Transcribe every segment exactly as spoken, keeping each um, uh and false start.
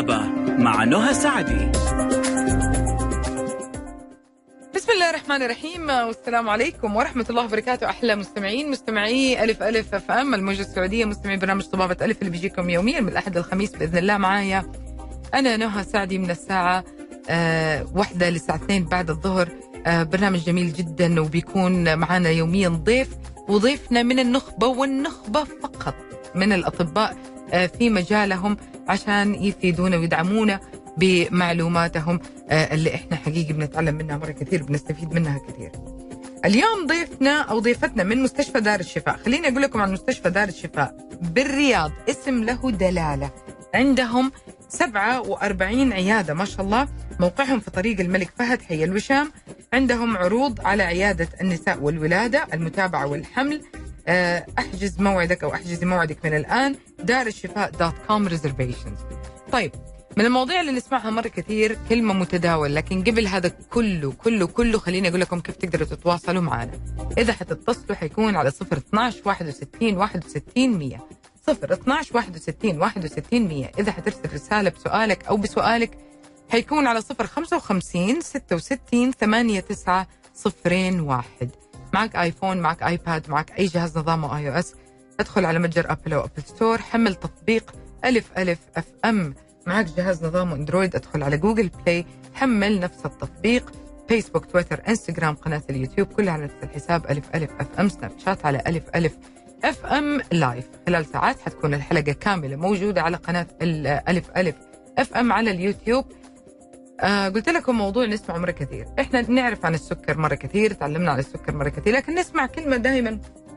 الطبابة مع نهى سعدي. بسم الله الرحمن الرحيم، والسلام عليكم ورحمة الله وبركاته. أحلى مستمعين مستمعي ألف ألف اف ام الموجة السعودية، مستمعي برنامج طبابة ألف اللي بيجيكم يوميا من الأحد للخميس بإذن الله. معايا أنا نهى سعدي من الساعة آه واحدة للساعة اثنين بعد الظهر. آه برنامج جميل جدا، وبيكون معنا يوميا ضيف، وضيفنا من النخبة، والنخبة فقط من الأطباء آه في مجالهم، عشان يفيدونا ويدعمونا بمعلوماتهم آه اللي احنا حقيقي بنتعلم منها مرة كثير، بنستفيد منها كثير. اليوم ضيفنا أو ضيفتنا من مستشفى دار الشفاء. خليني أقول لكم عن مستشفى دار الشفاء بالرياض، اسم له دلالة. عندهم سبعة وأربعين عيادة ما شاء الله، موقعهم في طريق الملك فهد حي الوشام. عندهم عروض على عيادة النساء والولادة، المتابعة والحمل. احجز موعدك أو احجزي موعدك من الآن. دار الشفاء دوت كوم ريزرفيشنز. طيب، من المواضيع اللي نسمعها مرة كثير كلمة متداول، لكن قبل هذا كله كله كله خليني أقول لكم كيف تقدروا تتواصلوا معنا. إذا حتتصلوا حيكون على صفر اثناش واحد وستين واحد وستين مية، صفر اثناش واحد وستين واحد وستين مية. إذا حترسل رسالة بسؤالك أو بسؤالك حيكون على صفر خمسة وخمسين ستة وستين ثمانية تسعة صفرين واحد. معك آيفون، معك آيباد، معك أي جهاز نظامه آي أو إس، ادخل على متجر أبل أو أبل ستور، حمل تطبيق ألف ألف اف ام. معك جهاز نظامه اندرويد، ادخل على جوجل بلاي، حمل نفس التطبيق. فيسبوك، تويتر، انستغرام، قناة اليوتيوب كلها على نفس الحساب ألف ألف اف ام. سناب شات على ألف ألف اف ام لايف. خلال ساعات حتكون الحلقة كاملة موجودة على قناة ألف ألف اف ام على اليوتيوب. آه قلت لكم موضوع نسمع مرة كثير. احنا نعرف عن السكر مرة كثير، تعلمنا عن السكر مرة كثير، لكن نسمع كلمة دائما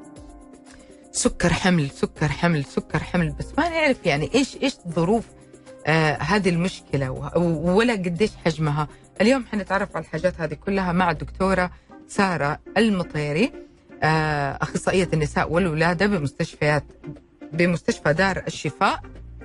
سكر حمل سكر حمل سكر حمل، بس ما نعرف يعني ايش ايش ظروف آه هذه المشكلة ولا قديش حجمها. اليوم حنتعرف على الحاجات هذه كلها مع الدكتورة سارة المطيري، آه أخصائية النساء والولادة بمستشفيات بمستشفى دار الشفاء.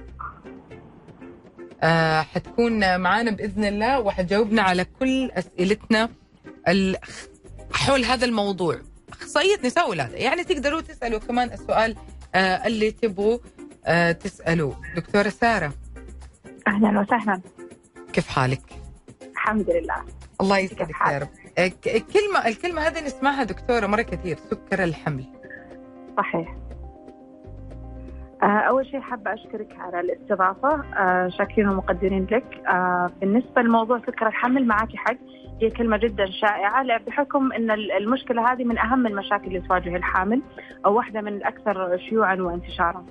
آه حتكون معانا بإذن الله، وحتجاوبنا على كل أسئلتنا حول هذا الموضوع. أخصائية نساء وولادة، يعني تقدروا تسألوا كمان السؤال آه اللي تبغوا آه تسألوه. دكتورة سارة، أهلا وسهلا. كيف حالك؟ الحمد لله. الله يسعدك يا رب. الكلمة الكلمة هذه نسمعها دكتورة مرة كثير، سكر الحمل. صحيح. أول شيء حابة أشكرك على الاستضافة، شاكرين ومقدرين لك. بالنسبة لموضوع سكر الحمل معك حق، هي كلمة جدا شائعة بحكم أن المشكلة هذه من أهم المشاكل اللي تواجه الحامل، أو واحدة من الأكثر شيوعا وانتشارا.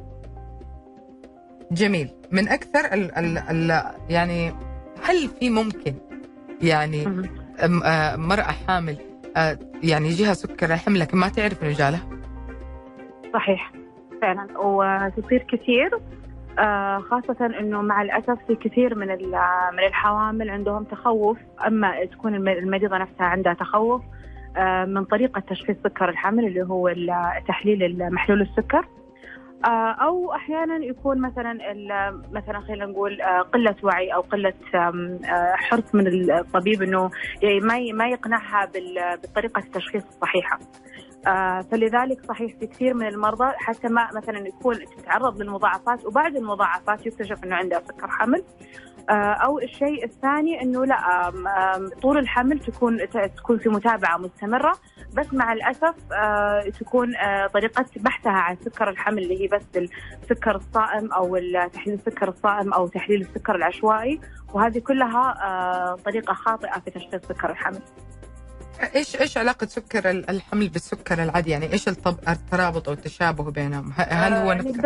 جميل. من أكثر ال ال ال يعني هل في ممكن يعني مرأة حامل يعني يجيها سكر الحمل لكن ما تعرف إنه جالها؟ صحيح فعلا، وتصير كثير، خاصة إنه مع الأسف في كثير من من الحوامل عندهم تخوف، أما تكون المريضة نفسها عندها تخوف من طريقة تشخيص سكر الحمل اللي هو تحليل محلول السكر، أو أحيانا يكون مثلا مثلا خلينا نقول قلة وعي أو قلة حرص من الطبيب إنه ما ما يقنعها بالطريقة التشخيص الصحيحة. فلذلك صحيح في كثير من المرضى حتى ما مثلا يكون تتعرض للمضاعفات، وبعد المضاعفات يكتشف إنه عندها سكر حمل. أو الشيء الثاني إنه لا، طول الحمل تكون تكون في متابعة مستمرة، بس مع الأسف تكون طريقة بحثها عن سكر الحمل اللي هي بس السكر الصائم أو تحليل السكر الصائم أو تحليل السكر العشوائي، وهذه كلها طريقة خاطئة في تشخيص سكر الحمل. إيش إيش علاقة سكر الحمل بالسكر العادي؟ يعني إيش الترابط أو التشابه بينهم؟ هل هو نفس؟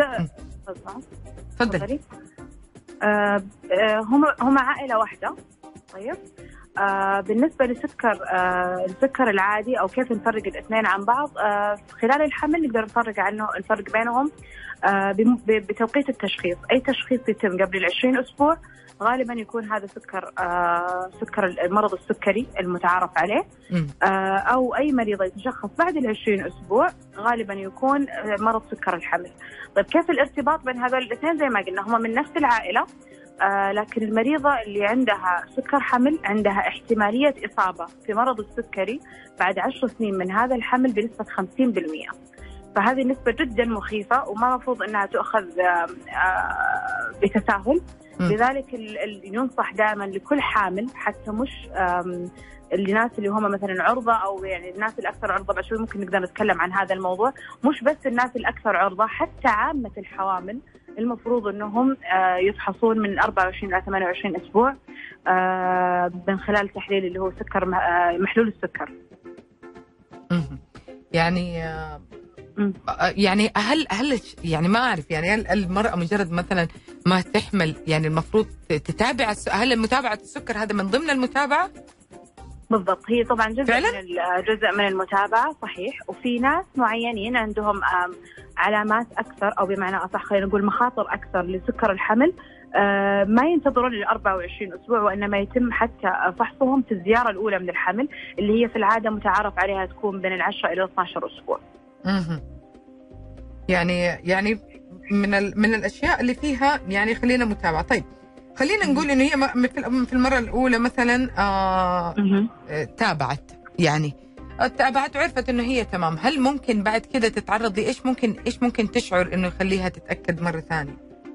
تفضلي. آه هم هم عائلة واحدة. طيب، آه بالنسبة لسكر آه السكر العادي أو كيف نفرق الاثنين عن بعض، آه خلال الحمل نقدر نفرق عنه الفرق بينهم آه بتوقيت التشخيص. أي تشخيص يتم قبل العشرين أسبوع غالبا يكون هذا سكر آه سكر المرض السكري المتعارف عليه، آه أو أي مريض يتشخص بعد العشرين أسبوع غالبا يكون مرض سكر الحمل. طيب كيف الارتباط بين هذول الاثنين؟ زي ما قلنا هم من نفس العائلة، آه لكن المريضة اللي عندها سكر حمل عندها احتمالية إصابة في مرض السكري بعد عشر سنين من هذا الحمل بنسبة خمسين بالمئة. فهذه نسبة جدا مخيفة وما مفروض أنها تؤخذ آه آه بتساهل، لذلك ال- ال- ينصح دائما لكل حامل، حتى مش الناس اللي هم مثلا عرضة أو يعني الناس الأكثر عرضة، بعد شوي ممكن نقدر نتكلم عن هذا الموضوع، مش بس الناس الأكثر عرضة، حتى عامة الحوامل المفروض أنهم يفحصون من أربعة وعشرين إلى ثمانية وعشرين أسبوع من خلال تحليل اللي هو سكر محلول السكر. يعني يعني هل هل يعني ما أعرف، يعني هل المرأة مجرد مثلا ما تحمل يعني المفروض تتابع، هل متابعة السكر هذا من ضمن المتابعة؟ بالضبط، هي طبعا جزء فعلا؟ من جزء من المتابعة صحيح. وفي ناس معينين عندهم علامات أكثر أو بمعنى أصح خلينا نقول مخاطر أكثر لسكر الحمل، ما ينتظرون ل أربعة وعشرين أسبوع، وإنما يتم حتى فحصهم في الزيارة الأولى من الحمل اللي هي في العادة متعارف عليها تكون بين العشرة إلى اثنا عشر أسبوع. امم يعني يعني من ال... من الأشياء اللي فيها يعني خلينا متابعة. طيب خلينا نقول إنه هي في المرة الأولى مثلا آه تابعت، يعني تابعت وعرفت إنه هي تمام، هل ممكن بعد كده تتعرض لإيش ممكن إيش ممكن تشعر إنه يخليها تتأكد مرة ثانية؟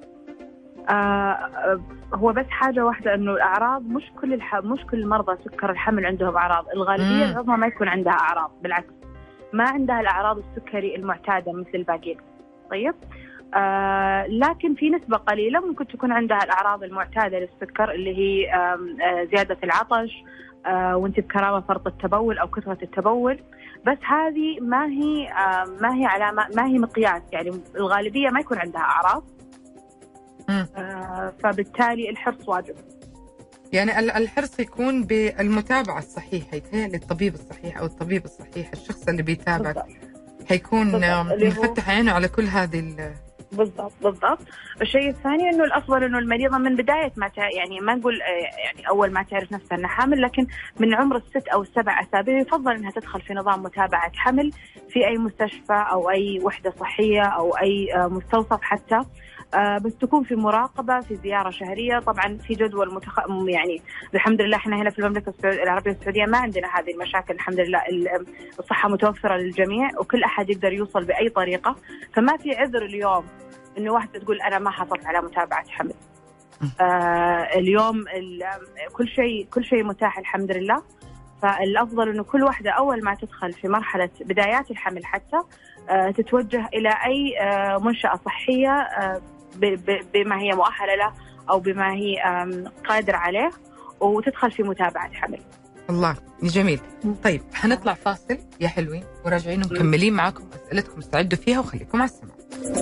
آه هو بس حاجة واحدة، إنه الأعراض مش كل الح... مش كل مرضى سكر الحمل عندهم أعراض، الغالبية العظمى ما يكون عندها أعراض، بالعكس ما عندها الأعراض السكري المعتادة مثل الباقيين. طيب آه لكن في نسبة قليلة ممكن تكون عندها الأعراض المعتادة للسكر اللي هي آه زيادة العطش، آه وانت بكرامة فرط التبول أو كثرة التبول، بس هذه ما هي آه ما هي علامة، ما هي مقياس، يعني الغالبية ما يكون عندها أعراض. آه فبالتالي الحرص واجب. يعني الحرص يكون بالمتابعة الصحيحة، يتهيألي الطبيب الصحيح أو الطبيب الصحيح، الشخص اللي بيتابعك حيكون مفتح عينه على كل هذه ال بالضبط بالضبط. الشيء الثاني انه الافضل انه المريضه من بدايه ما تع... يعني ما نقول يعني اول ما تعرف نفسها انها حامل، لكن من عمر الست او السبع اسابيع يفضل انها تدخل في نظام متابعه حمل في اي مستشفى او اي وحده صحيه او اي مستوصف حتى، بس تكون في مراقبة، في زيارة شهرية. طبعا في جدول متخ... يعني الحمد لله احنا هنا في المملكة العربية السعودية ما عندنا هذه المشاكل، الحمد لله الصحة متوفرة للجميع وكل أحد يقدر يوصل بأي طريقة، فما في عذر اليوم إنه واحدة تقول أنا ما حصلت على متابعة حمل. آه اليوم ال... كل شيء كل شيء متاح الحمد لله، فالأفضل إنه كل واحدة أول ما تدخل في مرحلة بدايات الحمل حتى آه تتوجه إلى أي آه منشأة صحية آه بما هي مؤهلة له أو بما هي قادرة عليه، وتدخل في متابعة حمل. الله جميل. طيب هنطلع فاصل يا حلوين وراجعين ومكملين معاكم أسئلتكم، استعدوا فيها وخليكم على السماع.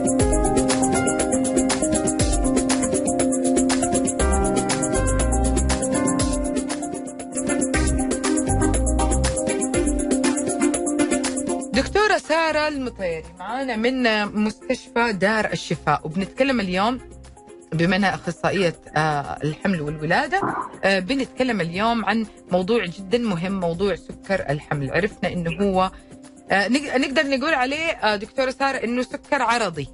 دكتورة سارة المطيري معانا من مستشفى دار الشفاء، وبنتكلم اليوم بما أنها أخصائية الحمل والولادة، بنتكلم اليوم عن موضوع جدا مهم، موضوع سكر الحمل. عرفنا إنه هو نقدر نقول عليه دكتورة سارة إنه سكر عرضي.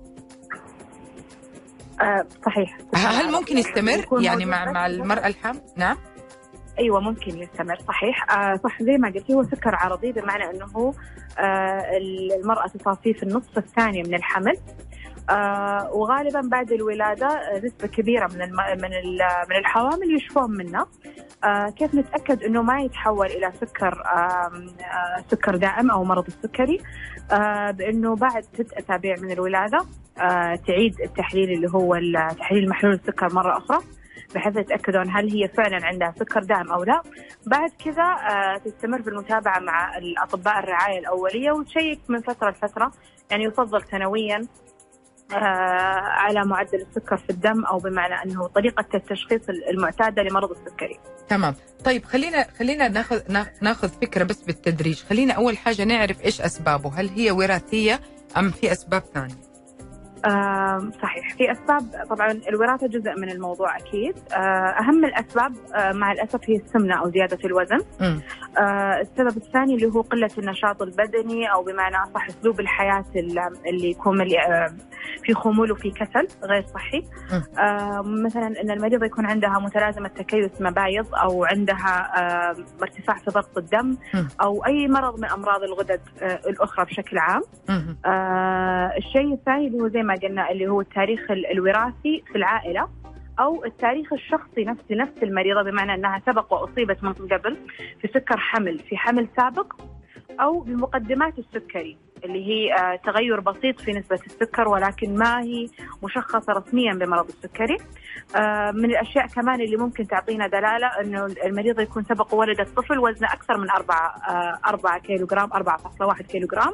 آه صحيح. هل ممكن يستمر يعني مع مع المرأة الحامل؟ نعم. ايوه ممكن يستمر صحيح. آه صح زي ما قلتي، هو سكر عرضي بمعنى انه آه المراه تصافيه في النصف الثاني من الحمل، آه وغالبا بعد الولاده نسبه كبيره من الم... من ال... من الحوامل يشفون منه. آه كيف نتاكد انه ما يتحول الى سكر آه آه سكر دائم او مرض السكري؟ آه بانه بعد ست اسابيع من الولاده آه تعيد التحليل اللي هو تحليل محلول السكر مره اخرى، بحيث يتأكدون هل هي فعلا عندها سكر دائم أو لا. بعد كذا آه تستمر في المتابعة مع الأطباء الرعاية الأولية وتشيك من فترة لفترة، يعني يفضل سنويا آه على معدل السكر في الدم، أو بمعنى أنه طريقة التشخيص المعتادة لمرض السكري. تمام. طيب خلينا خلينا ناخذ ناخذ فكرة بس بالتدريج. خلينا أول حاجة نعرف إيش أسبابه، هل هي وراثية أم في أسباب ثانية؟ آه صحيح، في أسباب. طبعا الوراثة جزء من الموضوع أكيد. آه أهم الأسباب آه مع الأسف هي السمنة أو زيادة الوزن. آه السبب الثاني اللي هو قلة النشاط البدني، أو بمعنى أصح أسلوب الحياة اللي يكون آه في خمول وفي كسل غير صحي. آه مثلا أن المريضة يكون عندها متلازمة تكيس مبايض، أو عندها آه ارتفاع في ضغط الدم، أو أي مرض من أمراض الغدد آه الأخرى بشكل عام. آه الشيء الثاني اللي هو زي ما قلنا اللي هو التاريخ الوراثي في العائلة، أو التاريخ الشخصي نفس نفس المريضة، بمعنى أنها سبق وأصيبت من قبل في سكر حمل في حمل سابق، أو بمقدمات السكري اللي هي تغير بسيط في نسبة السكر ولكن ما هي مشخصة رسميا بمرض السكري. من الأشياء كمان اللي ممكن تعطينا دلالة أنه المريضة يكون سبق وولدت طفل وزنه أكثر من أربعة أربعة كيلوغرام، أربعة فاصلة واحد كيلوغرام.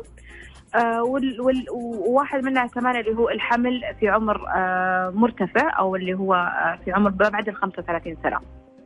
وواحد منها كمان اللي هو الحمل في عمر مرتفع أو اللي هو في عمر بعد ال خمسة وثلاثين سنة.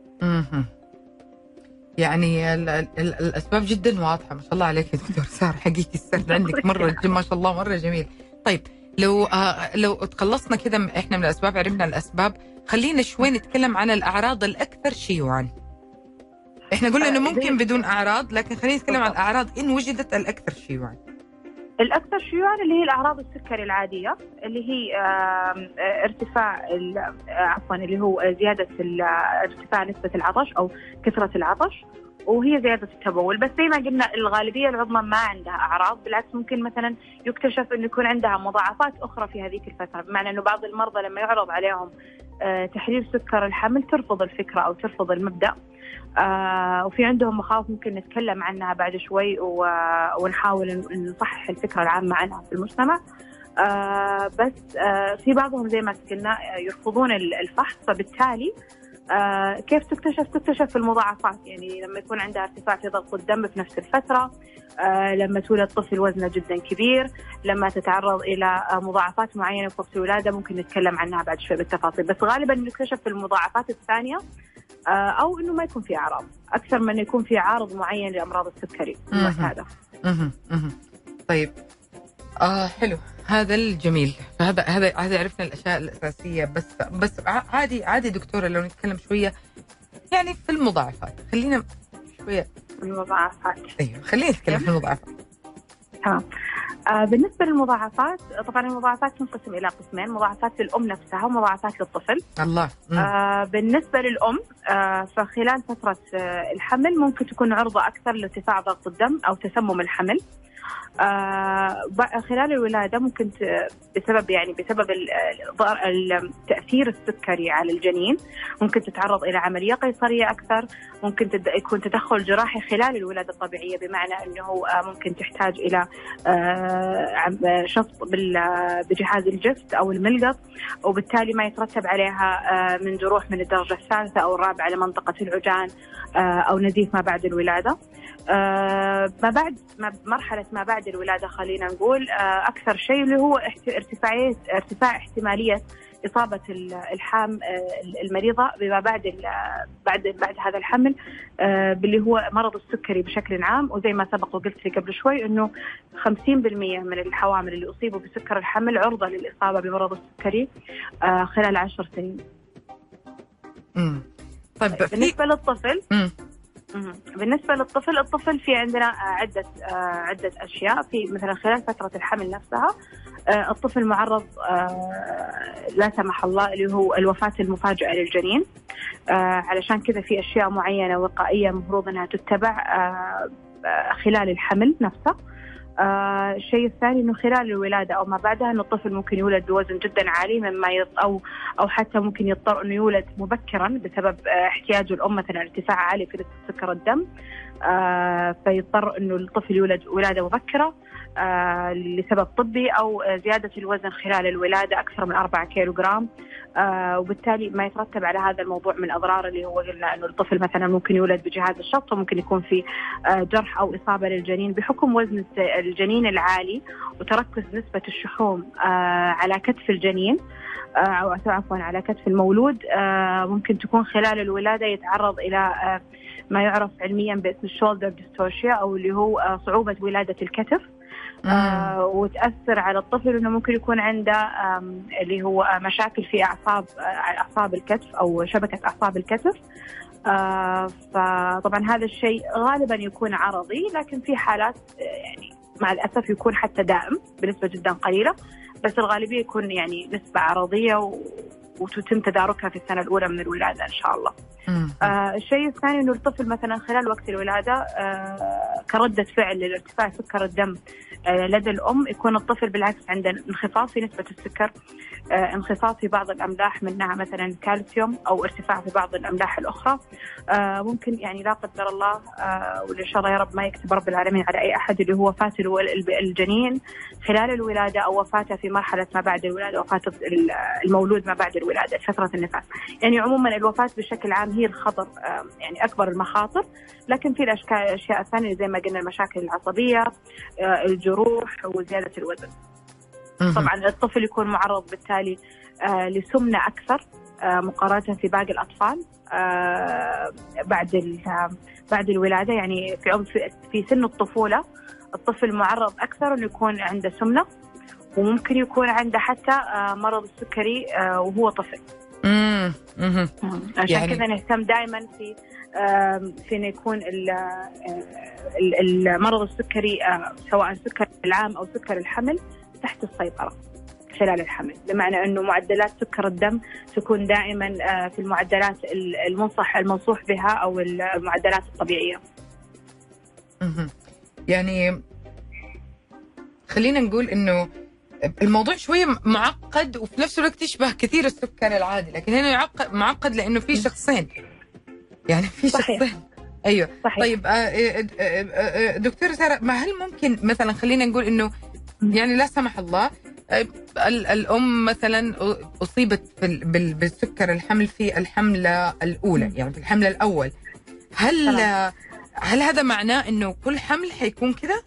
يعني ال ال ال الأسباب جدا واضحة. ما شاء الله عليك يا دكتور سارة، حقيقي السرد عندك مرة ما شاء الله مرة جميل. طيب لو آه لو تخلصنا كذا احنا من الأسباب، عرفنا الأسباب، خلينا شوي نتكلم عن الأعراض الأكثر شيوعا. احنا قلنا انه ممكن بدون أعراض، لكن خلينا نتكلم عن الأعراض إن وجدت الأكثر شيوعا. الأكثر شيوعا اللي هي الأعراض السكري العادية، اللي هي ارتفاع عفوا اللي هو زيادة ارتفاع نسبة العطش أو كثرة العطش، وهي زيادة التبول. بس زي ما قلنا الغالبية العظمى ما عندها أعراض، بالعكس ممكن مثلا يكتشف أنه يكون عندها مضاعفات أخرى في هذيك الفترة، بمعنى أنه بعض المرضى لما يعرض عليهم تحليل سكر الحمل ترفض الفكرة أو ترفض المبدأ. آه وفي عندهم مخاوف ممكن نتكلم عنها بعد شوي ونحاول نصحح الفكرة العامة عنها في المجتمع. آه بس آه في بعضهم زي ما قلنا يرفضون الفحص، فبالتالي آه كيف تكتشف؟ تكتشف في المضاعفات، يعني لما يكون عندها ارتفاع في ضغط الدم في نفس الفترة، آه لما تولد طفل وزنه جدا كبير، لما تتعرض إلى مضاعفات معينة في وقت الولادة ممكن نتكلم عنها بعد شوي بالتفاصيل. بس غالبا نكتشف في المضاعفات الثانية، أو إنه ما يكون في أعراض أكثر من يكون في عارض معين لأمراض السكري المعتادة. طيب آه حلو، هذا الجميل. هذا هذا هذا عرفنا الأشياء الأساسية. بس بس عادي عادي دكتورة لو نتكلم شوية يعني في المضاعفات، خلينا شوية المضاعفات. أيوة خلينا نتكلم في المضاعفات. تمام. آه بالنسبة للمضاعفات، طبعا المضاعفات تنقسم إلى قسمين، مضاعفات للأم نفسها ومضاعفات للطفل. الله. آه بالنسبة للأم، آه فخلال فترة آه الحمل ممكن تكون عرضة أكثر لارتفاع ضغط الدم أو تسمم الحمل. آه خلال الولادة ممكن بسبب يعني بسبب التأثير السكري على الجنين ممكن تتعرض إلى عملية قيصرية أكثر، ممكن يكون تدخل جراحي خلال الولادة الطبيعية، بمعنى أنه ممكن تحتاج إلى آه شفط بجهاز الجفت أو الملقط، وبالتالي ما يترتب عليها آه من جروح من الدرجة الثالثة أو الرابعة لمنطقة العجان آه أو نزيف ما بعد الولادة. آه ما بعد ما مرحلة ما بعد الولادة خلينا نقول آه أكثر شيء اللي هو ارتفاعية ارتفاع احتمالية إصابة الحام آه المريضة بما بعد بعد بعد هذا الحمل آه باللي هو مرض السكري بشكل عام. وزي ما سبق وقلت لي قبل شوي إنه خمسين بالمئة من الحوامل اللي أصيبوا بسكر الحمل عرضة للإصابة بمرض السكري آه خلال عشر سنين. امم طيب بالنسبة للطفل امم بالنسبة للطفل الطفل في عندنا عدة عدة أشياء. في مثلا خلال فترة الحمل نفسها الطفل معرض لا سمح الله اللي هو الوفاة المفاجئة للجنين، علشان كذا في أشياء معينة وقائية مفروض أنها تتبع خلال الحمل نفسه. آه الشيء الثاني إنه خلال الولادة أو ما بعدها إنه الطفل ممكن يولد بوزن جدا عالي، مما يط أو أو حتى ممكن يضطر إنه يولد مبكرا بسبب آه احتياجه الأم مثلا ارتفاع عالي في نسبة سكر الدم، آه فيضطر إنه الطفل يولد ولادة مبكرة آه لسبب طبي، أو زيادة الوزن خلال الولادة أكثر من أربعة كيلو جرام. آه وبالتالي ما يترتب على هذا الموضوع من أضرار اللي هو قلنا إنه الطفل مثلا ممكن يولد بجهاز الشفط، وممكن يكون في آه جرح أو إصابة للجنين بحكم وزن الجنين العالي وتركز نسبة الشحوم آه على كتف الجنين آه أو عفوا على كتف المولود. آه ممكن تكون خلال الولادة يتعرض إلى آه ما يعرف علميا باسم الشولدر ديستورشيا، أو اللي هو آه صعوبة ولادة الكتف. آه وتأثر على الطفل إنه ممكن يكون عنده اللي هو مشاكل في أعصاب آه أعصاب الكتف أو شبكة أعصاب الكتف. آه فطبعا هذا الشيء غالبا يكون عرضي، لكن في حالات يعني مع الأسف يكون حتى دائم بنسبة جدا قليلة، بس الغالبية يكون يعني نسبة عرضية و... وتتم تداركها في السنة الأولى من الولادة إن شاء الله. آه الشيء الثاني إنه الطفل مثلا خلال وقت الولادة آه كردة فعل لارتفاع سكر الدم آه لدى الأم، يكون الطفل بالعكس عنده انخفاض في نسبة السكر آه، انخفاض في بعض الأملاح منها مثلا الكالسيوم أو ارتفاع في بعض الأملاح الأخرى. آه، ممكن يعني لا قدر الله آه، وإن شاء الله يا رب ما يكتب رب العالمين على أي أحد اللي هو وفاة الجنين خلال الولادة أو وفاته في مرحلة ما بعد الولادة، وفاة المولود ما بعد الولادة فترة النفاس. يعني عموما الوفاة بشكل عام هي الخطر، آه، يعني أكبر المخاطر، لكن في الأشياء الثانية زي ما قلنا المشاكل العصبية، آه، الجروح وزيادة الوزن. طبعا الطفل يكون معرض بالتالي آه لسمنة أكثر آه مقارنة في باقي الأطفال آه بعد بعد الولادة. يعني في عمر في سن الطفولة الطفل معرض أكثر إنه يكون عنده سمنة، وممكن يكون عنده حتى آه مرض السكري آه وهو طفل. امم عشان يعني كذا نهتم دائما في آه في إنه يكون المرض السكري آه سواء سكر العام أو سكر الحمل تحت السيطرة خلال الحمل، بمعنى أنه معدلات سكر الدم تكون دائما في المعدلات المنصح المنصوح بها أو المعدلات الطبيعية. يعني خلينا نقول أنه الموضوع شوية معقد وفي نفس الوقت يشبه كثير السكر العادي، لكن هنا يعقد معقد لأنه في شخصين، يعني في صحيح. شخصين. أيوة صحيح. طيب دكتور سارة، ما هل ممكن مثلا خلينا نقول أنه يعني لا سمح الله الأم مثلا أصيبت بالسكر الحمل في الحملة الأولى، يعني في الحملة الأول، هل طبعا. هل هذا معناه إنه كل حمل حيكون كذا؟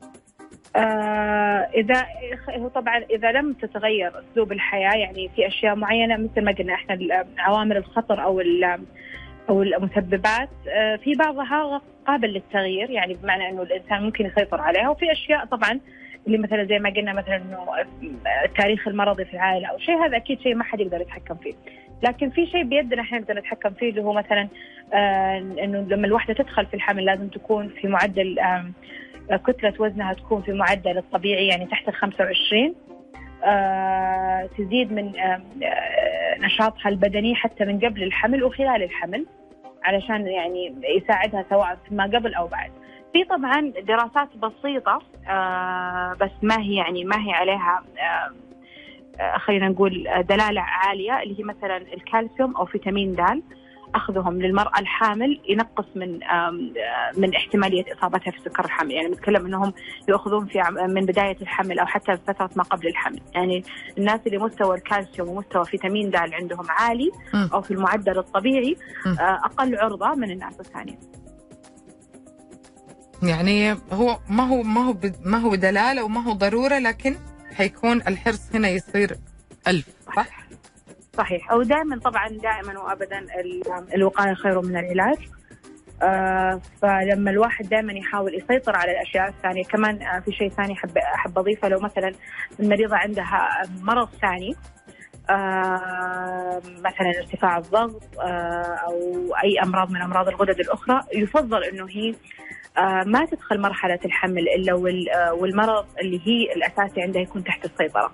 آه إذا هو طبعا إذا لم تتغير أسلوب الحياة، يعني في أشياء معينة مثل ما قلنا إحنا عوامل الخطر أو أو المسببات آه في بعضها قابل للتغيير، يعني بمعنى إنه الإنسان ممكن يسيطر عليها، وفي أشياء طبعا اللي مثلا زي ما قلنا مثلا انه التاريخ المرضي في العائله او شيء، هذا اكيد شيء ما حد يقدر يتحكم فيه. لكن في شيء بيدنا احنا نقدر نتحكم فيه، اللي هو مثلا آه انه لما الوحده تدخل في الحمل لازم تكون في معدل آه كتله وزنها تكون في معدل الطبيعي، يعني تحت ال خمسة وعشرين، آه تزيد من آه نشاطها البدني حتى من قبل الحمل وخلال الحمل، علشان يعني يساعدها سواء ما قبل او بعد. في طبعا دراسات بسيطة آه بس ما هي يعني ما هي عليها آه آه خلينا نقول دلالة عالية، اللي هي مثلا الكالسيوم أو فيتامين د أخذهم للمرأة الحامل ينقص من آه من احتمالية إصابتها في سكر الحمل. يعني نتكلم أنهم يأخذون في من بداية الحمل أو حتى فترة ما قبل الحمل. يعني الناس اللي مستوى الكالسيوم ومستوى فيتامين د عندهم عالي أو في المعدل الطبيعي آه أقل عرضة من الناس الثانية. يعني هو ما هو ما هو ما هو دلالة وما هو ضرورة، لكن حيكون الحرص هنا يصير ألف. صح؟ صحيح. أو دائما طبعا دائما وأبدا الوقاية خير من العلاج. آه فلما الواحد دائما يحاول يسيطر على الأشياء الثانية. كمان آه في شيء ثاني حب أحب أضيفه، لو مثلا المريضة عندها مرض ثاني آه مثلا ارتفاع الضغط آه أو أي أمراض من أمراض الغدد الأخرى، يفضل إنه هي آه ما تدخل مرحلة الحمل إلا والمرض اللي هي الأساسي عندها يكون تحت السيطرة.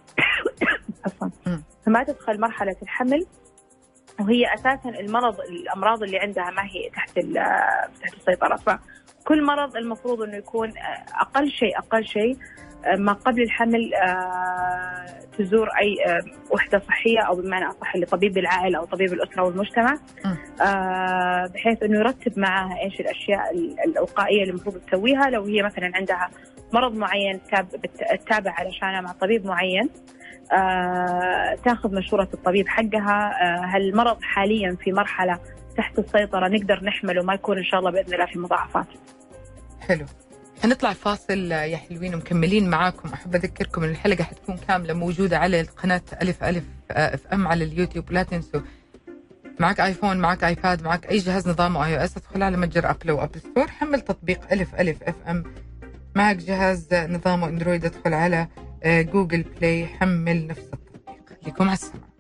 فما تدخل مرحلة الحمل وهي أساسا المرض الأمراض اللي عندها ما هي تحت تحت السيطرة. فكل مرض المفروض إنه يكون أقل شيء أقل شيء ما قبل الحمل تزور أي وحدة صحية، أو بمعنى أصح لطبيب العائلة أو طبيب الأسرة والمجتمع، بحيث إنه يرتب معها إيش الأشياء الوقائية اللي المفروض تسويها. لو هي مثلا عندها مرض معين تتابع علشانها مع طبيب معين، تاخذ مشورة الطبيب حقها. هل المرض حاليا في مرحلة تحت السيطرة نقدر نحمله ما يكون إن شاء الله بإذن الله في مضاعفات. حلو. هنطلع فاصل يا حلوين ومكملين معاكم. أحب أذكركم أن الحلقة حتكون كاملة موجودة على قناة ألف ألف اف ام على اليوتيوب. لا تنسوا، معك آيفون، معك آيباد، معك أي جهاز نظامه آي أو إس، ادخل على متجر أبل وأبل ستور، حمل تطبيق ألف ألف اف ام. معك جهاز نظامه اندرويد، ادخل على جوجل بلاي، حمل نفس التطبيق. لكم على السلامة.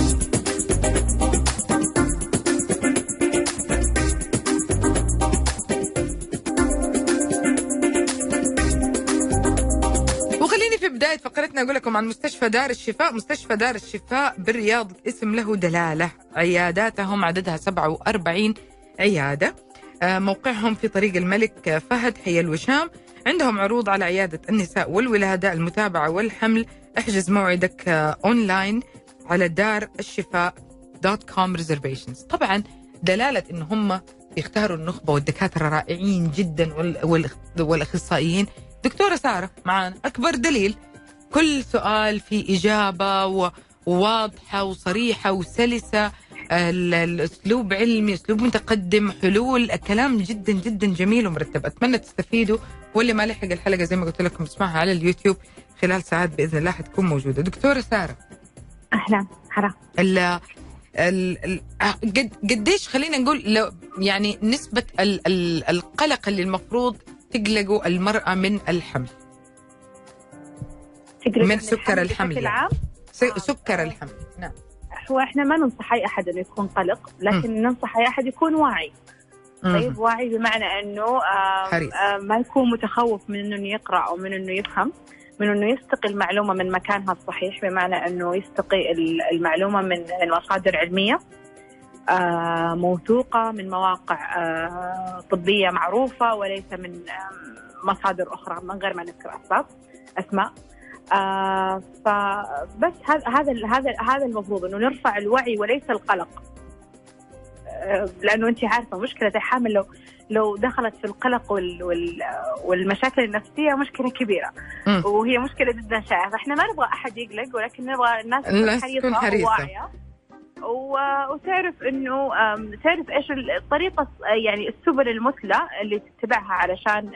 وخليني في بداية فقرتنا أقول لكم عن مستشفى دار الشفاء. مستشفى دار الشفاء بالرياض اسم له دلالة. عياداتهم عددها سبعة وأربعين عيادة. موقعهم في طريق الملك فهد حي الوشام. عندهم عروض على عيادة النساء والولادة، المتابعة والحمل، احجز موعدك أونلاين على دار الشفاء دوت كوم ريزرفيشنز. طبعا دلالة إن هم يختاروا النخبة والدكاترة رائعين جدا والأخصائيين. دكتورة سارة معانا أكبر دليل، كل سؤال في إجابة وواضحة وصريحة وسلسة، الأسلوب علمي، أسلوب متقدم، حلول، كلام جدا جدا جميل ومرتب. أتمنى تستفيدوا، واللي ما لحق الحلقة زي ما قلت لكم اسمعها على اليوتيوب خلال ساعات بإذن الله حتكون موجودة. دكتورة سارة، أهلا هلا. ال ال قد قديش خلينا نقول لو يعني نسبة ال ال القلق اللي المفروض تقلقوا المرأة من الحمل، من سكر الحمل بشكل عام؟ سكر الحمل. نعم. هو احنا ما ننصح اي احد انه يكون قلق، لكن م. ننصح اي احد يكون واعي. طيب م. واعي بمعنى انه آم آم ما يكون متخوف من انه يقرا او من انه يفهم، من انه يستقي المعلومه من مكانها الصحيح، بمعنى انه يستقي المعلومه من من مصادر علميه موثوقه، من مواقع طبيه معروفه، وليس من مصادر اخرى من غير ما نذكر اسباب اسماء. آه فبس هذا هذا هذا هذا المفروض انه نرفع الوعي وليس القلق. آه لانه انت عارفه مشكله الحامل لو لو دخلت في القلق وال وال والمشاكل النفسيه مشكله كبيره، م. وهي مشكله جدا شائعه. فاحنا ما نبغى احد يقلق، ولكن نبغى الناس تكون حريصه وواعيه وتعرف انه تعرف ايش الطريقه، يعني السبل المثلى اللي تتبعها علشان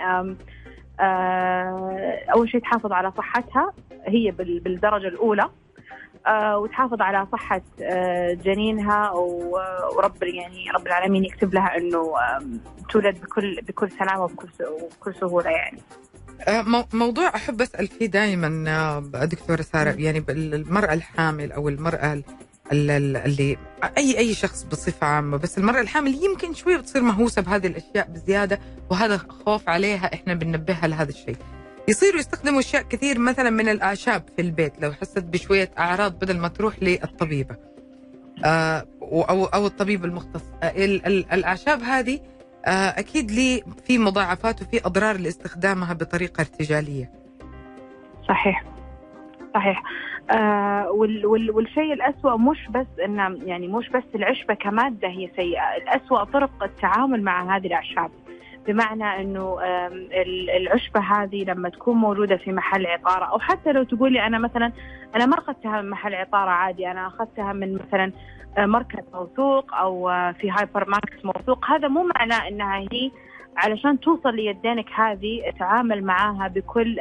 أول شيء تحافظ على صحتها هي بالدرجة الأولى، وتحافظ على صحة جنينها، ورب يعني رب العالمين يكتب لها إنه تولد بكل بكل سلامة وبكل سهولة. يعني موضوع أحب أسأل فيه دائما دكتورة سارة، يعني المرأة الحامل أو المرأة اللي أي أي شخص بصفة عامة، بس المرأة الحامل يمكن شوي بتصير مهووسة بهذه الأشياء بزيادة، وهذا خوف عليها إحنا بننبهها لهذا الشيء. يصيروا يستخدموا أشياء كثير مثلا من الأعشاب في البيت لو حست بشوية أعراض، بدل ما تروح للطبيبة آه أو أو الطبيب المختص. آه الأعشاب هذه آه أكيد لي في مضاعفات وفي أضرار لاستخدامها بطريقة ارتجالية. صحيح صحيح. آه وال وال والشيء الأسوأ مش بس إن يعني مش بس العشبة كمادة هي سيئة، الأسوأ طرق التعامل مع هذه الأعشاب. بمعنى إنه العشبة هذه لما تكون موجودة في محل عطارة، أو حتى لو تقولي أنا مثلا أنا ما أخذتها من محل عطارة عادي، أنا أخذتها من مثلا مركز موثوق أو في هايبر ماركت موثوق، هذا مو معناه إنها هي علشان توصل ليدينك هذه تعامل معها بكل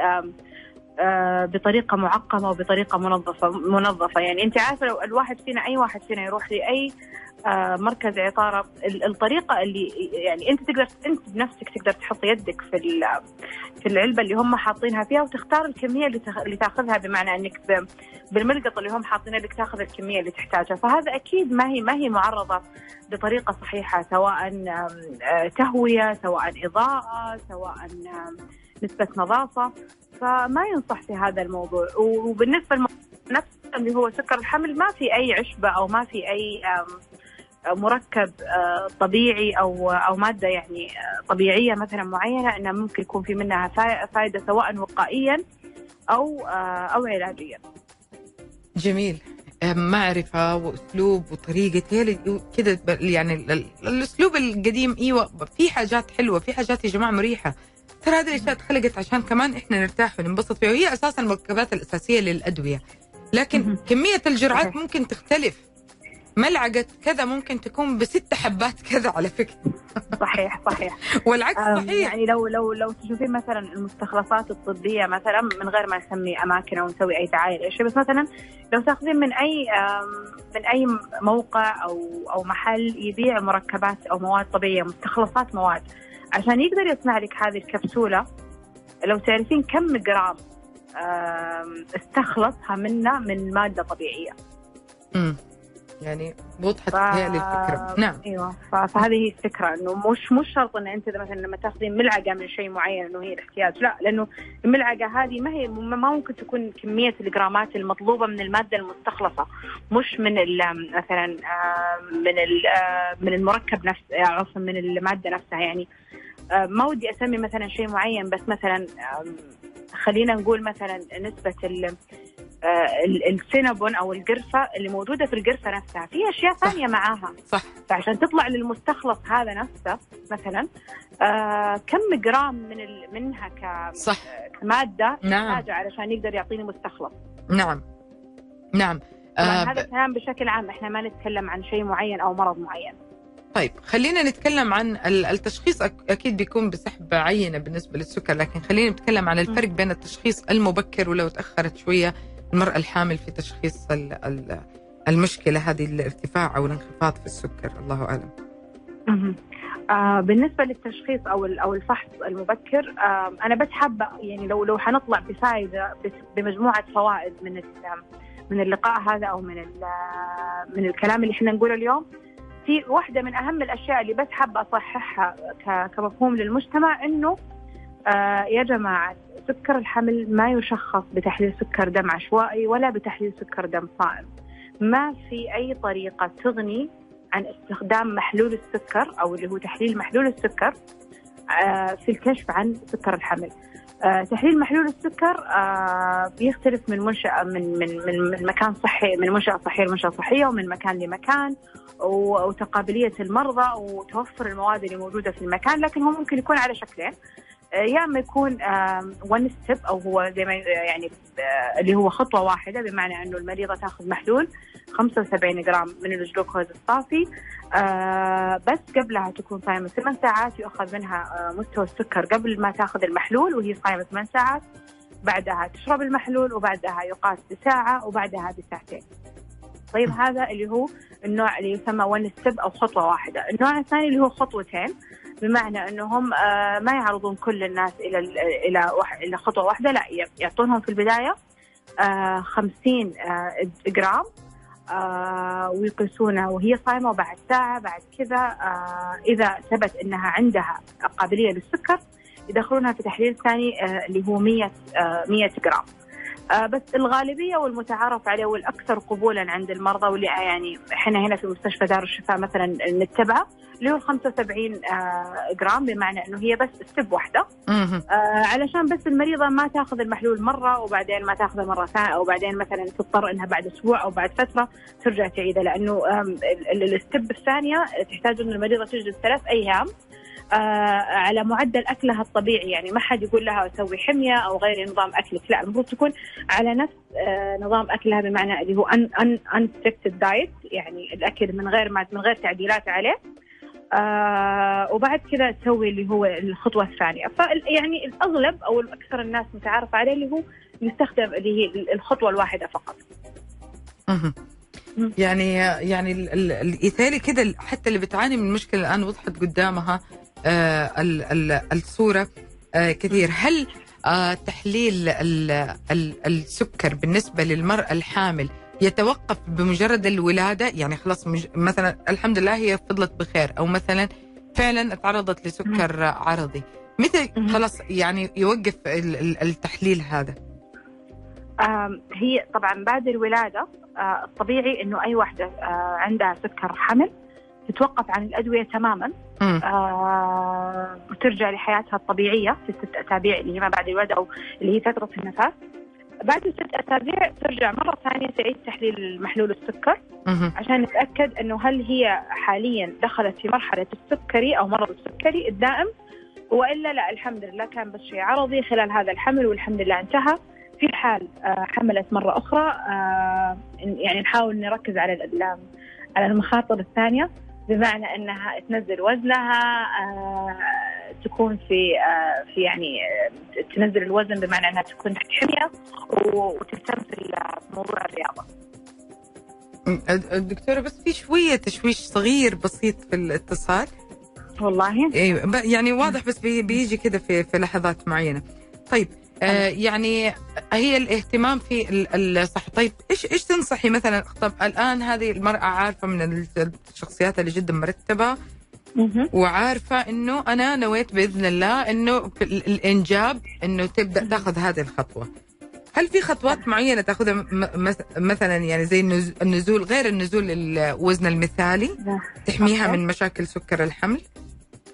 بطريقة معقمة وبطريقة منظفة منظفة يعني أنت عارفة لو الواحد فينا أي واحد فينا يروح لأي مركز عطارة، الطريقة اللي يعني أنت تقدر أنت بنفسك تقدر تحط يدك في في العلبة اللي هم حاطينها فيها وتختار الكمية اللي اللي تأخذها، بمعنى أنك بالملقط اللي هم حاطينها لك تأخذ الكمية اللي تحتاجها. فهذا أكيد ما هي ما هي معرضة بطريقة صحيحة، سواء تهوية، سواء إضاءة، سواء نسبة نظافة، فما ينصح في هذا الموضوع. وبالنسبة للنفس اللي هو سكر الحمل، ما في أي عشبة أو ما في أي مركب طبيعي أو أو مادة يعني طبيعية مثلا معينة أنها ممكن يكون في منها فائدة سواء وقائيا أو أو علاجيا. جميل. معرفة وأسلوب وطريقة كده يعني الأسلوب القديم. إيوه في حاجات حلوة، في حاجات يا جماعة مريحة، ترى هذه الأشياء اتخلقت عشان كمان إحنا نرتاح وننبسط فيها، وهي أساساً المركبات الأساسية للأدوية. لكن كمية الجرعات ممكن تختلف، ملعقة كذا ممكن تكون بست حبات كذا على فكرة. صحيح صحيح. والعكس صحيح. يعني لو لو لو تشوفين مثلا المستخلصات الطبية مثلا، من غير ما نسمي أماكن أو نسوي أي دعاية أي شيء، بس مثلا لو تأخذين من أي من أي موقع أو أو محل يبيع مركبات أو مواد طبيعية، مستخلصات مواد، عشان يقدر يصنع لك هذه الكبسولة، لو تعرفين كم جرام استخلصها منا من مادة طبيعية. امم يعني وضحت هي الفكرة. نعم ايوه. فهذه هي الفكرة، انه مش مش شرط ان انت مثلا لما تاخذين ملعقة من شيء معين انه هي الاحتياج، لا، لانه الملعقة هذه ما هي ما ممكن تكون كمية الجرامات المطلوبة من المادة المستخلصة، مش من مثلا من من المركب نفسه، عفوا من المادة نفسها. يعني ما ودي أسمي مثلا شيء معين، بس مثلا خلينا نقول مثلا نسبة السينابون او القرفه اللي موجوده في القرفه نفسها، في اشياء ثانيه معاها. صح. فعشان تطلع للمستخلص هذا نفسه مثلا آه كم جرام من ال... منها ك... صح. كماده نعم. يحتاجه علشان يقدر يعطيني مستخلص. نعم نعم. آه هذا الكلام بشكل عام، احنا ما نتكلم عن شيء معين او مرض معين. طيب خلينا نتكلم عن التشخيص. أكيد بيكون بسحب عينة بالنسبة للسكر، لكن خلينا نتكلم عن الفرق بين التشخيص المبكر ولو تأخرت شوية المرأة الحامل في تشخيص المشكلة هذه، الارتفاع أو الانخفاض في السكر. الله أعلم. آه بالنسبة للتشخيص أو أو الفحص المبكر، آه أنا بس حابة يعني لو لو حنطلع بفائدة بمجموعة فوائد من من اللقاء هذا أو من من الكلام اللي احنا نقوله اليوم. في واحدة من أهم الأشياء اللي بس حابة أصححها كمفهوم للمجتمع، إنه آه يا جماعة سكر الحمل ما يشخص بتحليل سكر دم عشوائي ولا بتحليل سكر دم صائم. ما في أي طريقة تغني عن استخدام محلول السكر أو اللي هو تحليل محلول السكر آه في الكشف عن سكر الحمل. آه تحليل محلول السكر آه بيختلف من منشأة من من من من مكان صحي، من منشأة صحية لمنشأة صحية، ومن مكان لمكان، وتقابلية المرضى وتوفر المواد اللي موجودة في المكان. لكن هو ممكن يكون على شكلين، يا اما يكون وان ستيب او هو زي ما يعني اللي هو خطوه واحده، بمعنى انه المريضه تاخذ محلول خمسة وسبعين جرام من الجلوكوز الصافي بس قبلها تكون صايمه ثمان ساعات، يؤخذ منها مستوى السكر قبل ما تاخذ المحلول وهي صايمه ثمان ساعات، بعدها تشرب المحلول وبعدها يقاس بساعه وبعدها بساعتين. طيب هذا اللي هو النوع اللي يسمى وان ستيب او خطوه واحده. النوع الثاني اللي هو خطوتين، بمعنى انهم ما يعرضون كل الناس الى الى الى خطوه واحده، لا يعطونهم في البدايه خمسين جرام ويقيسونها وهي صايمه، وبعد ساعه بعد كذا اذا ثبت انها عندها قابليه للسكر يدخلونها في تحليل ثاني اللي هو مية جرام. آه بس الغالبية والمتعارف عليه والأكثر قبولا عند المرضى، واللي يعني إحنا هنا في مستشفى دار الشفاء مثلا نتبعه، اللي هو خمسة وسبعين آه جرام، بمعنى إنه هي بس ستيب واحدة آه علشان بس المريضة ما تأخذ المحلول مرة وبعدين ما تأخذه مرة ثانية، أو بعدين مثلا تضطر إنها بعد أسبوع أو بعد فترة ترجع تعيده، لأنه الستيب الثانية تحتاج إن المريضة تجلس ثلاث أيام آه على معدل أكلها الطبيعي. يعني ما حد يقول لها سوي حمية أو غير نظام أكلك، لا، المفروض تكون على نفس آه نظام أكلها، بمعنى اللي هو un, un, unrestricted diet، يعني الأكل من غير ما من غير تعديلات عليه. آه وبعد كذا تسوي اللي هو الخطوة الثانية. فيعني الأغلب أو الأكثر الناس متعارف عليه اللي هو يستخدم اللي هي الخطوة الواحدة فقط. يعني يعني الإيثالي كده حتى اللي بتعاني من المشكلة الآن وضحت قدامها آه ال ال الصورة آه كثير. هل آه تحليل ال ال السكر بالنسبة للمرأة الحامل يتوقف بمجرد الولادة؟ يعني خلاص مثلا الحمد لله هي فضلت بخير، أو مثلا فعلا تعرضت لسكر عرضي، متى خلاص يعني يوقف التحليل هذا؟ هي طبعا بعد الولادة آه الطبيعي إنه أي واحدة آه عندها سكر حمل تتوقف عن الأدوية تماما آه وترجع لحياتها الطبيعية في الست أسابيع اللي هي ما بعد الولادة أو اللي هي فترة النفاس. بعد الست أسابيع ترجع مرة ثانية تعيد تحليل محلول السكر عشان نتأكد إنه هل هي حاليا دخلت في مرحلة السكري أو مرض السكري الدائم، وإلا لا الحمد لله كان بس شيء عرضي خلال هذا الحمل والحمد لله انتهى. في حال آه حملت مرة أخرى آه يعني نحاول نركز على على المخاطر الثانية، بمعنى أنها تنزل وزنها آه تكون في آه في يعني آه تنزل الوزن، بمعنى أنها تكون تحت حمية وتهتم في موضوع الرياضة. الدكتورة بس في شوية تشويش صغير بسيط في الاتصال والله. أيوة يعني واضح بس بي بيجي كده في في لحظات معينة. طيب آه يعني هي الاهتمام في الصحة. طيب إيش إيش تنصحي مثلا؟ طب الآن هذه المرأة عارفة من الشخصيات اللي جدا مرتبة وعارفة إنه أنا نويت بإذن الله إنه في الإنجاب إنه تبدأ تأخذ هذه الخطوة، هل في خطوات معينة تأخذها مثلا يعني زي النزول غير النزول الوزن المثالي تحميها من مشاكل سكر الحمل؟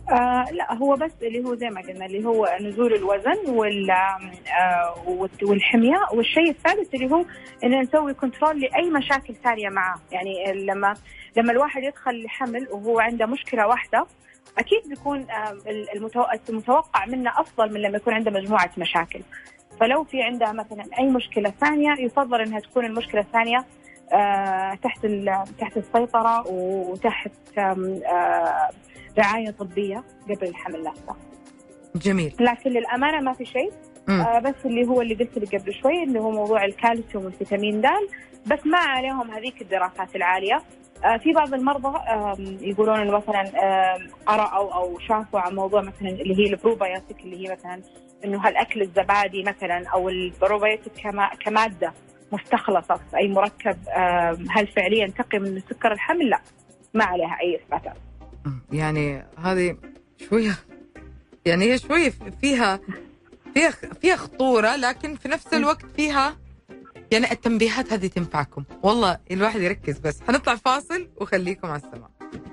آه لا، هو بس اللي هو زي ما قلنا اللي هو نزول الوزن وال آه والحمية، والشيء الثالث اللي هو إن نسوي كنترول لأي مشاكل ثانية معه. يعني لما لما الواحد يدخل حمل وهو عنده مشكلة واحدة، أكيد بيكون آه المتوقع منه أفضل من لما يكون عنده مجموعة مشاكل. فلو في عندها مثلا أي مشكلة ثانية، يفضل إنها تكون المشكلة الثانية آه تحت تحت السيطرة وتحت آه رعاية طبية قبل الحمل نفسه. جميل. لكن للأمانة ما في شيء آه بس اللي هو اللي قلت لك قبل شوي إنه هو موضوع الكالسيوم والفيتامين د، بس ما عليهم هذيك الدراسات العالية. آه في بعض المرضى آه يقولون إنه مثلا آه قرأوا أو شافوا عن موضوع مثلا اللي هي البروبايوتيك، اللي هي مثلا إنه هالأكل الزبادي مثلا أو البروبايوتيك كما كمادة مستخلصة في أي مركب، آه هل فعليا تقي من سكر الحمل؟ لا، ما عليها أي إثباتات. يعني هذه شوية، يعني هي شوية فيها فيها فيها خطورة، لكن في نفس الوقت فيها يعني التنبيهات هذه تنفعكم. والله الواحد يركز. بس هنطلع فاصل وخليكم على السماع.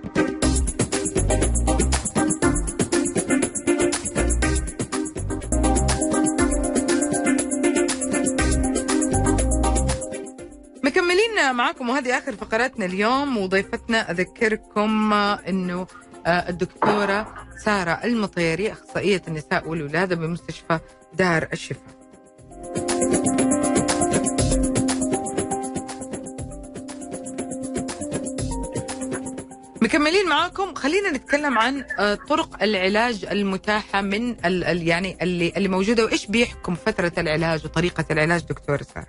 مكملين معاكم، وهذه آخر فقراتنا اليوم. وضيفتنا أذكركم أنه الدكتورة سارة المطيري، أخصائية النساء والولادة بمستشفى دار الشفاء. مكملين معاكم. خلينا نتكلم عن طرق العلاج المتاحة من ال يعني اللي اللي موجودة، وإيش بيحكم فترة العلاج وطريقة العلاج دكتورة سارة.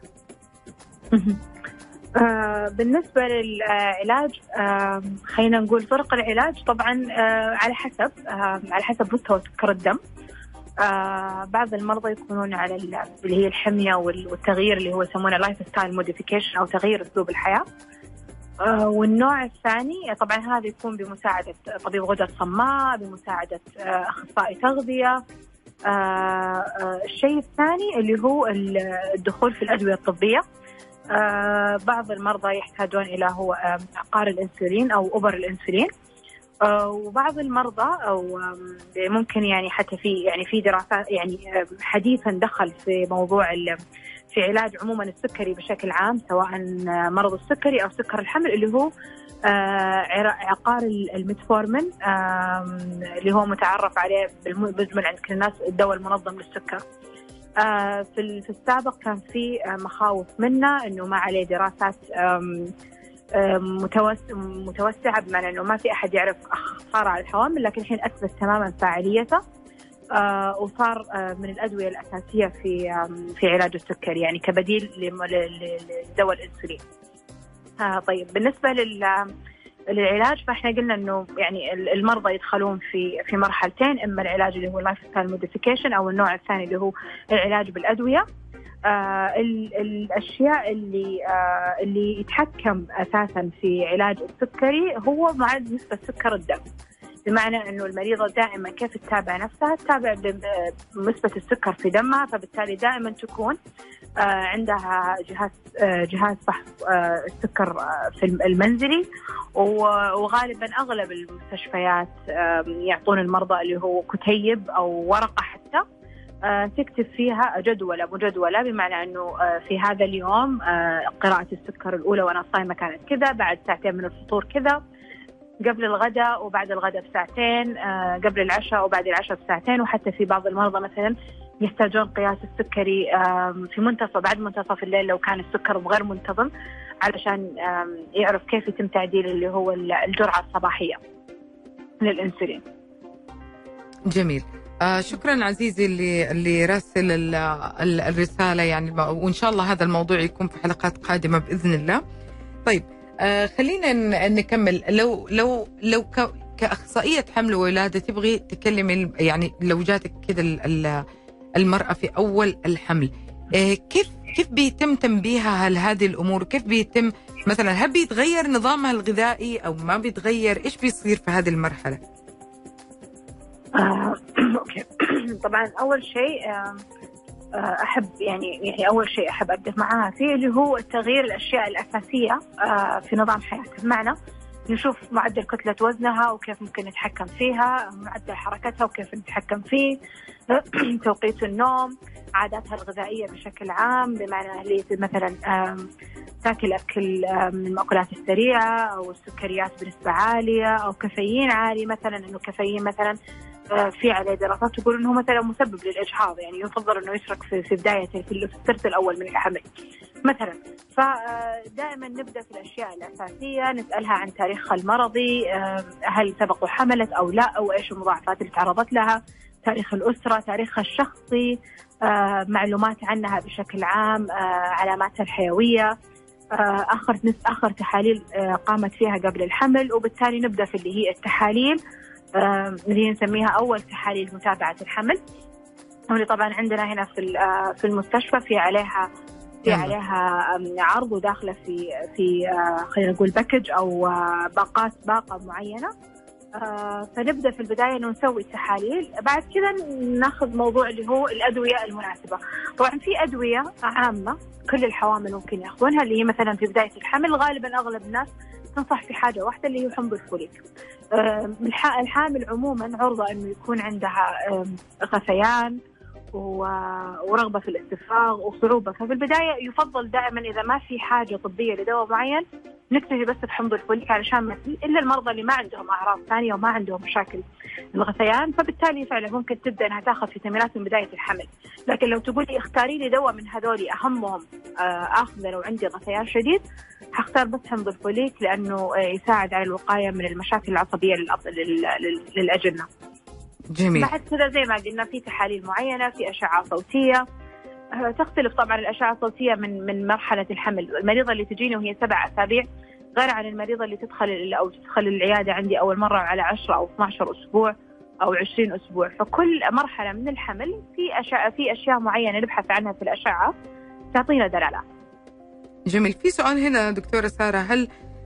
آه بالنسبة للعلاج، آه خلينا نقول طرق العلاج طبعا آه على حسب آه على حسب مستوى سكر الدم. آه بعض المرضى يكونون على اللي هي الحمية والتغيير اللي هو يسمونه لايف ستايل موديفيكيشن أو تغيير أسلوب الحياة. آه والنوع الثاني طبعا هذا يكون بمساعدة طبيب غدد صماء، بمساعدة آه أخصائي تغذية. آه آه الشيء الثاني اللي هو الدخول في الأدوية الطبية. آه بعض المرضى يحتاجون إلى هو آه عقار الأنسولين أو أوبر الأنسولين. آه وبعض المرضى أو ممكن يعني حتى في يعني في دراسات يعني حديثا دخل في موضوع في علاج عموما السكري بشكل عام، سواء مرض السكري أو سكر الحمل، اللي هو آه عقار الميتفورمين، آه اللي هو متعرف عليه بالمجمل عند كل الناس الدواء المنظم للسكر. آه في في السابق كان في مخاوف منه انه ما عليه دراسات متوسعه، بمعنى انه ما في احد يعرف خطر على الحوامل، لكن الحين اثبت تماما فاعليته آه وصار آه من الادويه الاساسيه في آه في علاج السكري، يعني كبديل لدواء الانسولين. آه طيب بالنسبه لل للعلاج، فاحنا قلنا انه يعني المرضى يدخلون في في مرحلتين، اما العلاج اللي هو لايف ستايل موديفيكيشن او النوع الثاني اللي هو العلاج بالادويه. آه الاشياء اللي آه اللي يتحكم اساسا في علاج السكري هو معدل نسبه سكر الدم، بمعنى انه المريضه دائما كيف تتابع نفسها، تتابع نسبه السكر في دمها، فبالتالي دائما تكون آه عندها جهاز آه جهاز فحص آه السكر آه في المنزلي. وغالبا اغلب المستشفيات آه يعطون المرضى اللي هو كتيب او ورقه حتى آه تكتب فيها جدولة مجدولة، بمعنى أنه آه في هذا اليوم آه قراءة السكر الأولى وأنا صايمة كانت كذا، بعد ساعتين من الفطور كذا، قبل الغداء وبعد الغداء بساعتين، آه قبل العشاء وبعد العشاء بساعتين. وحتى في بعض المرضى مثلا يحتاجون قياس السكري آه في منتصف بعد منتصف الليل لو كان السكر غير منتظم، علشان آه يعرف كيف يتم تعديل اللي هو الجرعة الصباحية للإنسولين. جميل. آه شكرا عزيزي اللي اللي راسل الرسالة يعني، وإن شاء الله هذا الموضوع يكون في حلقات قادمة بإذن الله. طيب آه خلينا نكمل. لو لو لو كأخصائية حمل وولادة تبغي تكلمي يعني لو جاتك كده المرأة في أول الحمل، آه كيف كيف بيتم تنبيهها هل هذه الأمور؟ كيف بيتم مثلا، هل بيتغير نظامها الغذائي أو ما بيتغير؟ إيش بيصير في هذه المرحلة؟ آه، أوكي. طبعا أول شيء آه، أحب يعني يعني أول شيء أحب أبدأ معاها فيه اللي هو تغيير الأشياء الأساسية آه، في نظام حياتها. بمعنى نشوف معدل كتلة وزنها وكيف ممكن نتحكم فيها، معدل حركتها وكيف نتحكم فيه، توقيت النوم، عاداتها الغذائية بشكل عام، بمعنى هل مثلا تاكل أكل من المأكولات السريعة أو السكريات بنسبة عالية أو كافيين عالي، مثلا إنه كافيين مثلا في عليه دراسات تقول إنه مثلا مسبب للإجهاض، يعني يفضل إنه يشرك في في بداية في الثلث الأول من الحمل مثلا. فدائما نبدأ في الأشياء الأساسية، نسألها عن تاريخها المرضي، هل سبق وحملت أو لا، أو إيش المضاعفات اللي تعرضت لها، تاريخ الأسرة، تاريخها الشخصي، معلومات عنها بشكل عام، علاماتها الحيوية، آخر نس آخر تحاليل قامت فيها قبل الحمل. وبالتالي نبدأ في اللي هي التحاليل اللي هي نسميها أول تحاليل متابعة الحمل، واللي طبعا عندنا هنا في في المستشفى في عليها في عليها عرض وداخلة في في خلينا نقول باكج أو باقات باقة معينة. فنبدأ في البداية إنه نسوي التحاليل، بعد كذا ناخذ موضوع اللي هو الأدوية المناسبة. طبعا في أدوية عامة كل الحوامل ممكن يأخذونها، اللي هي مثلا في بداية الحمل غالبا أغلب الناس تنصح في حاجة واحدة اللي هي حمض الفوليك. الحامل عموما عرضة إنه يكون عندها غثيان ورغبة في الاستفراغ وصعوبة، ففي البداية يفضل دائما إذا ما في حاجة طبية لدواء معين نكتفي بس بحمض الفوليك، علشان ما إلا المرضى اللي ما عندهم أعراض ثانية وما عندهم مشاكل الغثيان، فبالتالي فعلا ممكن تبدأ أنها تأخذ فيتامينات من بداية الحمل. لكن لو تقولي اختاري لي دواء من هذول أهمهم أخذه لو عندي غثيان شديد، هختار بس حمض الفوليك، لأنه يساعد على الوقاية من المشاكل العصبية للأجنة. جميل. بعد كذا زي ما قلنا في تحاليل معينة، في أشعة صوتية، تختلف طبعا الأشعة الصوتية من من مرحلة الحمل. المريضة اللي تجيني وهي سبع أسابيع غير عن المريضة اللي تدخل أو تدخل العيادة عندي أول مرة على عشرة أو اثنا عشر أسبوع أو عشرين أسبوع. فكل مرحلة من الحمل في أشعة في أشياء معينة نبحث عنها في الأشعة تعطينا دلالات. جميل. في سؤال هنا دكتورة سارة، هل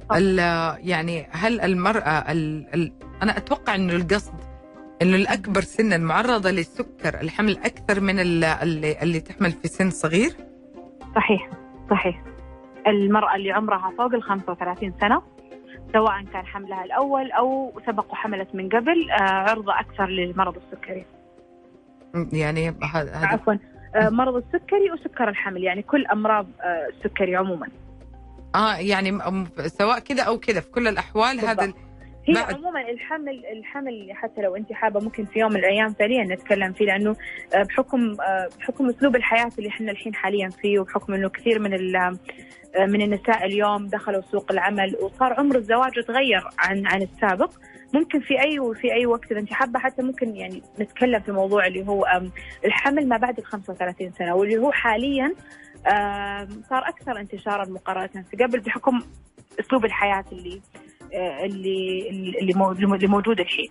يعني هل المرأة ال ال أنا أتوقع إنه القصد إنه الأكبر سنا معرضة للسكر الحمل أكثر من اللي, اللي تحمل في سن صغير؟ صحيح صحيح. المرأة اللي عمرها فوق ال خمسة وثلاثين سنة سواء كان حملها الأول أو سبق وحملت من قبل عرضة أكثر للمرض السكري. يعني هذا عفوا مرض السكري وسكر الحمل، يعني كل أمراض السكري عموما. آه يعني سواء كذا أو كذا في كل الأحوال. بالضبط. هذا هي عموما الحمل الحمل حتى لو انت حابه ممكن في يوم من الايام فعليا نتكلم فيه، لانه بحكم بحكم اسلوب الحياه اللي احنا الحين حاليا فيه، وبحكم انه كثير من من النساء اليوم دخلوا سوق العمل وصار عمر الزواج يتغير عن عن السابق، ممكن في اي وفي اي وقت اذا انت حابه حتى ممكن يعني نتكلم في موضوع اللي هو الحمل ما بعد ال خمسة وثلاثين سنه، واللي هو حاليا صار اكثر انتشارا مقارنه في قبل بحكم اسلوب الحياه اللي اللي اللي موجود الحين.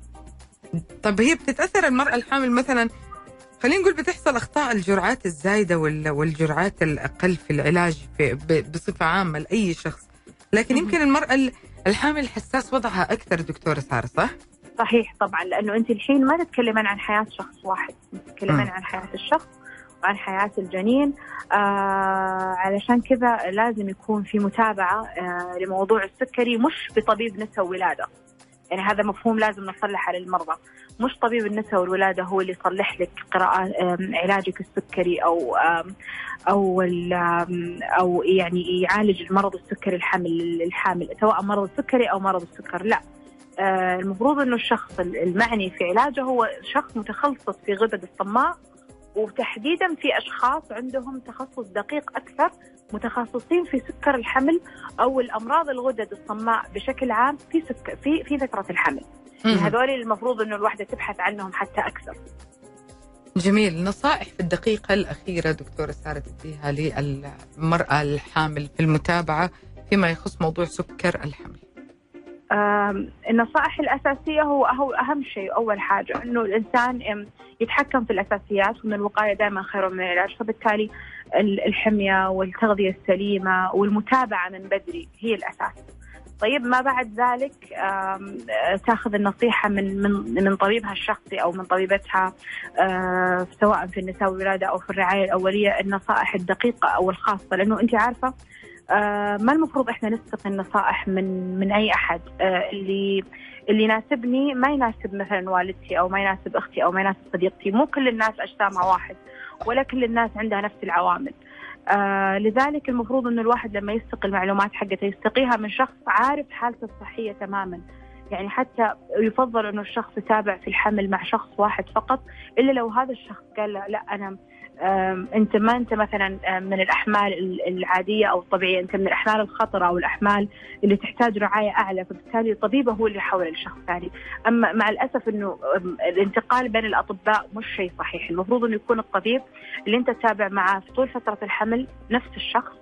طب هي بتتأثر المرأة الحامل مثلا، خلينا نقول بتحصل أخطاء الجرعات الزايدة والجرعات الأقل في العلاج في بصفة عامة لأي شخص، لكن يمكن المرأة الحامل حساس وضعها أكثر دكتورة سارة، صح؟ صحيح طبعا، لأنه أنت الحين ما تتكلمين عن حياة شخص واحد، تتكلمين عن حياة الشخص وعن حياة الجنين. آه علشان كذا لازم يكون في متابعة آه لموضوع السكري، مش بطبيب نساء وولادة، يعني هذا مفهوم لازم نصلح على المرضى. مش طبيب النساء والولادة هو اللي يصلح لك قراءة علاجك السكري أو أو أو يعني يعالج المرض السكري الحامل الحامل سواء مرض السكري أو مرض السكر، لا. آه المفروض إنه الشخص المعني في علاجه هو شخص متخصص في غدد الصماء، وتحديدا في أشخاص عندهم تخصص دقيق أكثر متخصصين في سكر الحمل أو الأمراض الغدد الصماء بشكل عام في سكر في في فترة الحمل. هذول المفروض إنه الواحدة تبحث عنهم حتى أكثر. جميل. نصائح في الدقيقة الأخيرة دكتورة سارة تديها للمرأة الحامل في المتابعة فيما يخص موضوع سكر الحمل؟ النصائح الأساسية هو هو أهم شيء. أول حاجة إنه الإنسان يتحكم في الأساسيات، ومن الوقاية دائما خير من العلاج، فبالتالي الحمية والتغذية السليمة والمتابعة من بدري هي الأساس. طيب ما بعد ذلك تأخذ النصيحة من من من طبيبها الشخصي أو من طبيبتها سواء في النساء والولادة أو في الرعاية الأولية، النصائح الدقيقة أو الخاصة، لأنه أنت عارفة آه ما المفروض إحنا نستقي النصائح من من أي أحد. آه اللي اللي يناسبني ما يناسب مثلا والدتي أو ما يناسب أختي أو ما يناسب صديقتي. مو كل الناس أجسامها واحد ولا كل الناس عندها نفس العوامل. آه لذلك المفروض إنه الواحد لما يستقي المعلومات حقته يستقيها من شخص عارف حالته الصحية تماما. يعني حتى يفضل إنه الشخص يتابع في الحمل مع شخص واحد فقط، إلا لو هذا الشخص قال لا, لا أنا أنت ما أنت مثلا من الأحمال العادية أو الطبيعية، أنت من الأحمال الخطرة أو الأحمال اللي تحتاج رعاية أعلى، فبالتالي طبيبه هو اللي يحول لشخص ثاني. أما مع الأسف إنه الانتقال بين الأطباء مش شيء صحيح. المفروض إنه يكون الطبيب اللي أنت تتابع معه في طول فترة الحمل نفس الشخص،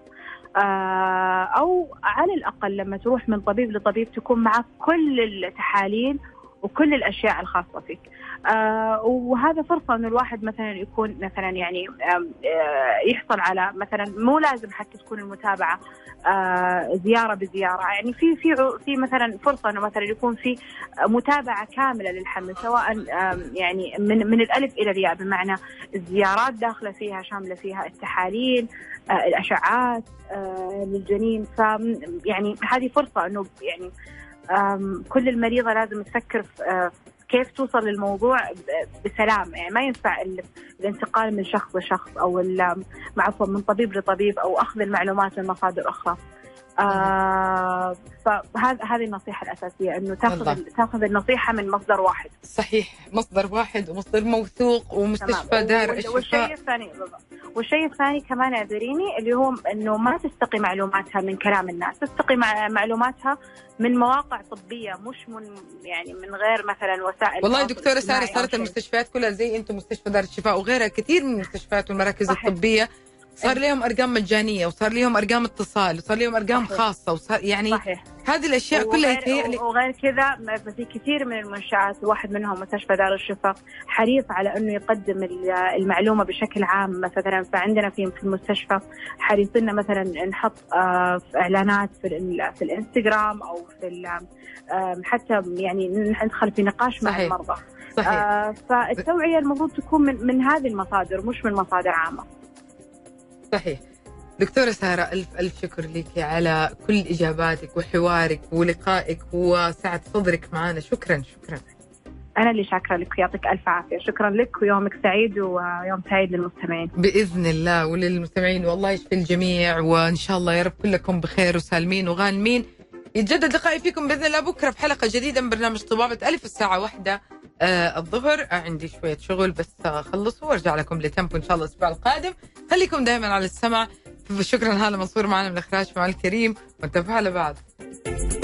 أو على الأقل لما تروح من طبيب لطبيب تكون معك كل التحاليل وكل الأشياء الخاصة فيك. آه وهذا فرصة إنه الواحد مثلا يكون مثلا يعني آه يحصل على مثلا، مو لازم حتى تكون المتابعة آه زيارة بزيارة. يعني في في في مثلا فرصة إنه مثلا يكون في متابعة كاملة للحمل، سواء آه يعني من من الألف إلى الياء، بمعنى الزيارات داخلة فيها شاملة فيها التحاليل، آه الأشعات آه للجنين. ف يعني هذه فرصة إنه يعني كل المريضة لازم تفكر في كيف توصل للموضوع بسلام. يعني ما ينفع الانتقال من شخص لشخص أو معفوا من طبيب لطبيب أو أخذ المعلومات من مصادر أخرى. آه فهذه هذه النصيحة الأساسية، إنه تأخذ تأخذ النصيحة من مصدر واحد. صحيح، مصدر واحد ومصدر موثوق ومستشفى دار الشفاء. والشيء الثاني والشيء الثاني كمان اعذريني، اللي هو إنه ما تستقي معلوماتها من كلام الناس، تستقي مع معلوماتها من مواقع طبية، مش من يعني من غير مثلا وسائل. والله دكتورة سارة صارت المستشفيات كلها زي أنتم مستشفى دار الشفاء وغيرها، كثير من المستشفيات والمراكز صحيح. الطبية صار لهم أرقام مجانية، وصار لهم أرقام اتصال، وصار لهم أرقام صحيح. خاصة، وصار يعني صحيح. هذه الأشياء كلها يتهيألي. وغير كذا في كثير من المنشآت، واحد منهم مستشفى دار الشفاء، حريص على أنه يقدم المعلومة بشكل عام. مثلا فعندنا في المستشفى حريصين مثلا نحط في إعلانات في, في الإنستغرام أو في حتى يعني ندخل في نقاش مع صحيح. المرضى. صحيح. آه فالتوعية المفروض تكون من, من هذه المصادر، مش من مصادر عامة. صحيح. دكتورة سارة، ألف ألف شكر لك على كل إجاباتك وحوارك ولقائك وسعة صدرك معنا. شكرا شكرا. أنا اللي شاكرة لك، يعطيك ألف عافية. شكرا لك ويومك سعيد ويوم سعيد للمستمعين بإذن الله وللمستمعين، والله يشفي الجميع، وإن شاء الله يا رب كلكم بخير وسالمين وغانمين. يتجدد لقائي فيكم بإذن الله بكرة في حلقة جديدة من برنامج طبابة ألف الساعة واحدة آه الظهر. آه عندي شوية شغل بس أخلصه وارجع لكم لتمبو إن شاء الله الأسبوع القادم. خليكم دائما على السمع. شكرا هالة منصور معنا من الإخراج مع الكريم، وانتبهوا على بعض.